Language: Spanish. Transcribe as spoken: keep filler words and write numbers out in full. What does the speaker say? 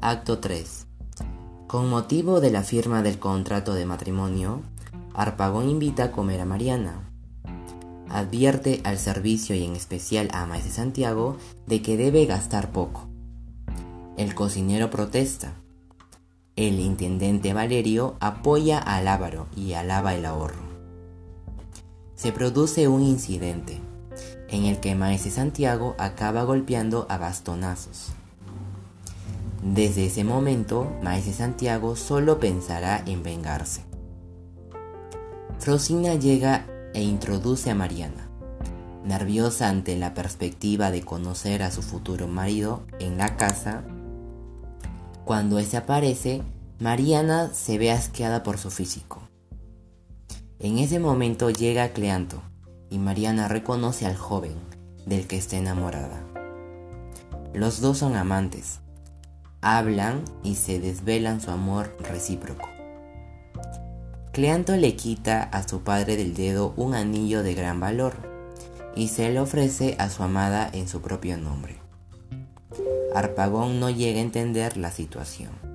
Acto tres. Con motivo de la firma del contrato de matrimonio, Harpagón invita a comer a Mariana. Advierte al servicio y en especial a Maese Santiago de que debe gastar poco. El cocinero protesta. El intendente Valerio apoya a Lábaro y alaba el ahorro. Se produce un incidente en el que Maese Santiago acaba golpeando a bastonazos. Desde ese momento, Maese Santiago solo pensará en vengarse. Frosina llega e introduce a Mariana. Nerviosa ante la perspectiva de conocer a su futuro marido en la casa, cuando ese aparece, Mariana se ve asqueada por su físico. En ese momento llega Cleanto y Mariana reconoce al joven del que está enamorada. Los dos son amantes, hablan y se desvelan su amor recíproco. Cleanto le quita a su padre del dedo un anillo de gran valor y se lo ofrece a su amada en su propio nombre. Harpagón no llega a entender la situación.